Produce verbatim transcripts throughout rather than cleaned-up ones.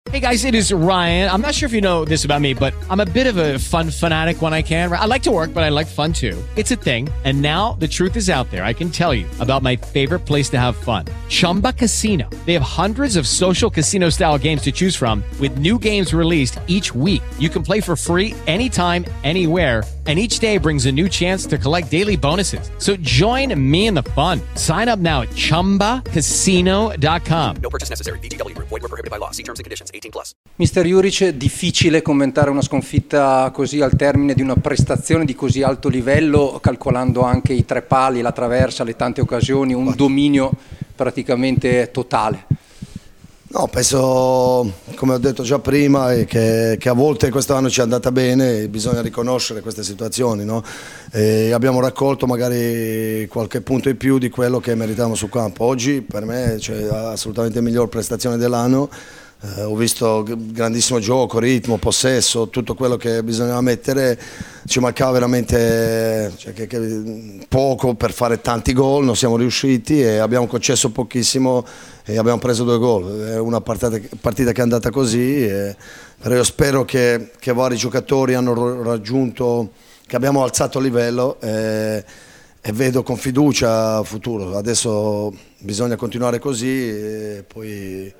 Hey guys, it is Ryan. I'm not sure if you know this about me, but I'm a bit of a fun fanatic when I can. I like to work, but I like fun too. It's a thing. And now the truth is out there. I can tell you about my favorite place to have fun. Chumba Casino. They have hundreds of social casino style games to choose from with new games released each week. You can play for free anytime, anywhere. And each day brings a new chance to collect daily bonuses. So join me in the fun. Sign up now at chumba casino dot com. No purchase necessary. V G W. Void where prohibited by law. See terms and conditions. eighteen plus. Mister Juric, difficile commentare una sconfitta così al termine di una prestazione di così alto livello, calcolando anche i tre pali, la traversa, le tante occasioni, un dominio praticamente totale. No, penso, come ho detto già prima, che, che a volte quest'anno ci è andata bene e bisogna riconoscere queste situazioni, no? E abbiamo raccolto magari qualche punto in più di quello che meritavamo sul campo. Oggi per me c'è assolutamente la miglior prestazione dell'anno. Eh, ho visto grandissimo gioco, ritmo, possesso, tutto quello che bisognava mettere. Ci mancava veramente cioè, che, che, poco per fare tanti gol, non siamo riusciti e abbiamo concesso pochissimo e abbiamo preso due gol. È una partita, partita che è andata così, e, però io spero che, che vari giocatori hanno raggiunto, che abbiamo alzato il livello e, e vedo con fiducia futuro. Adesso bisogna continuare così e poi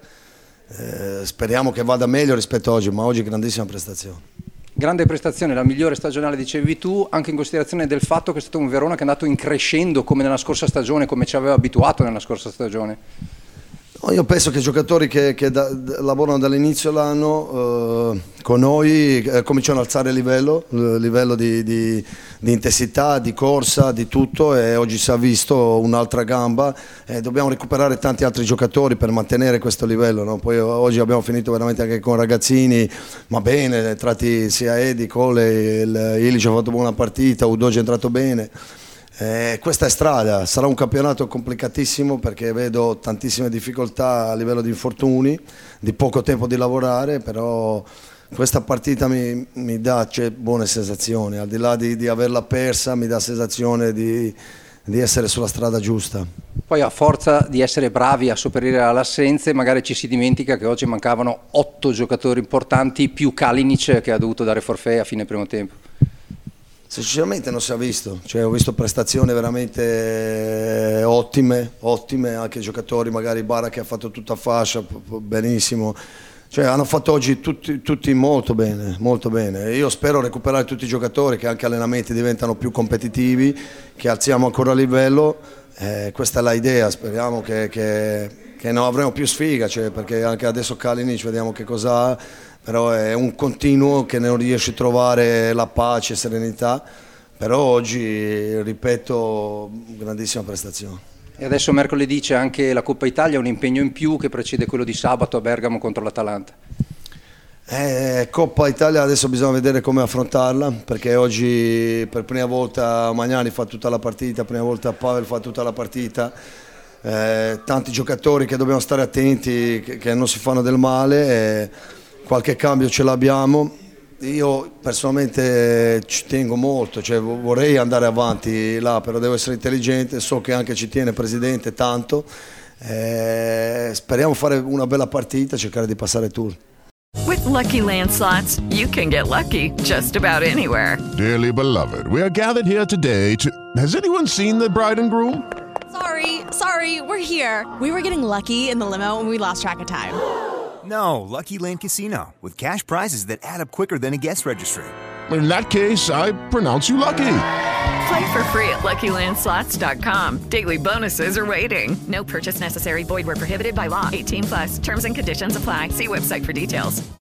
eh, speriamo che vada meglio rispetto a oggi, ma oggi grandissima prestazione. Grande prestazione, la migliore stagionale dicevi tu, anche in considerazione del fatto che è stato un Verona che è andato in crescendo come nella scorsa stagione, come ci aveva abituato nella scorsa stagione. No, io penso che i giocatori che, che da, lavorano dall'inizio dell'anno eh, con noi eh, cominciano ad alzare il livello, il livello di, di, di intensità, di corsa, di tutto, e oggi si è visto un'altra gamba e dobbiamo recuperare tanti altri giocatori per mantenere questo livello, no? Poi oggi abbiamo finito veramente anche con ragazzini, ma bene, tratti sia Edi, Cole, Ilic ha fatto una buona partita, Udoge è entrato bene. Eh, questa è strada, sarà un campionato complicatissimo perché vedo tantissime difficoltà a livello di infortuni, di poco tempo di lavorare, però questa partita mi, mi dà cioè, buone sensazioni, al di là di, di averla persa mi dà sensazione di, di essere sulla strada giusta. Poi a forza di essere bravi a sopperire alle assenze magari ci si dimentica che oggi mancavano otto giocatori importanti più Kalinic che ha dovuto dare forfait a fine primo tempo. Sinceramente non si è visto, cioè, ho visto prestazioni veramente ottime, ottime, anche giocatori, magari Bara che ha fatto tutta fascia, benissimo, cioè, hanno fatto oggi tutti, tutti molto bene, molto bene. Io spero recuperare tutti i giocatori, che anche allenamenti diventano più competitivi, che alziamo ancora il livello, eh, questa è l'idea, speriamo che, che, che non avremo più sfiga, cioè, perché anche adesso Kalinic vediamo che cosa ha. Però è un continuo che non riesce a trovare la pace e serenità, però oggi, ripeto, grandissima prestazione. E adesso mercoledì c'è anche la Coppa Italia, un impegno in più che precede quello di sabato a Bergamo contro l'Atalanta. Eh, Coppa Italia adesso bisogna vedere come affrontarla, perché oggi per prima volta Magnani fa tutta la partita, prima volta Pavel fa tutta la partita. Eh, tanti giocatori che dobbiamo stare attenti, che, che non si fanno del male. Eh, Qualche cambio ce l'abbiamo, io personalmente ci tengo molto, cioè vorrei andare avanti là, però devo essere intelligente, so che anche ci tiene il Presidente tanto, eh, speriamo fare una bella partita e cercare di passare il tour. With Lucky Land Slots, you can get lucky just about anywhere. Dearly beloved, we are gathered here today to... Has anyone seen the bride and groom? Sorry, sorry, we're here. We were getting lucky in the limo and we lost track of time. No, Lucky Land Casino, with cash prizes that add up quicker than a guest registry. In that case, I pronounce you lucky. Play for free at lucky land slots dot com. Daily bonuses are waiting. No purchase necessary. Void where prohibited by law. eighteen plus. Terms and conditions apply. See website for details.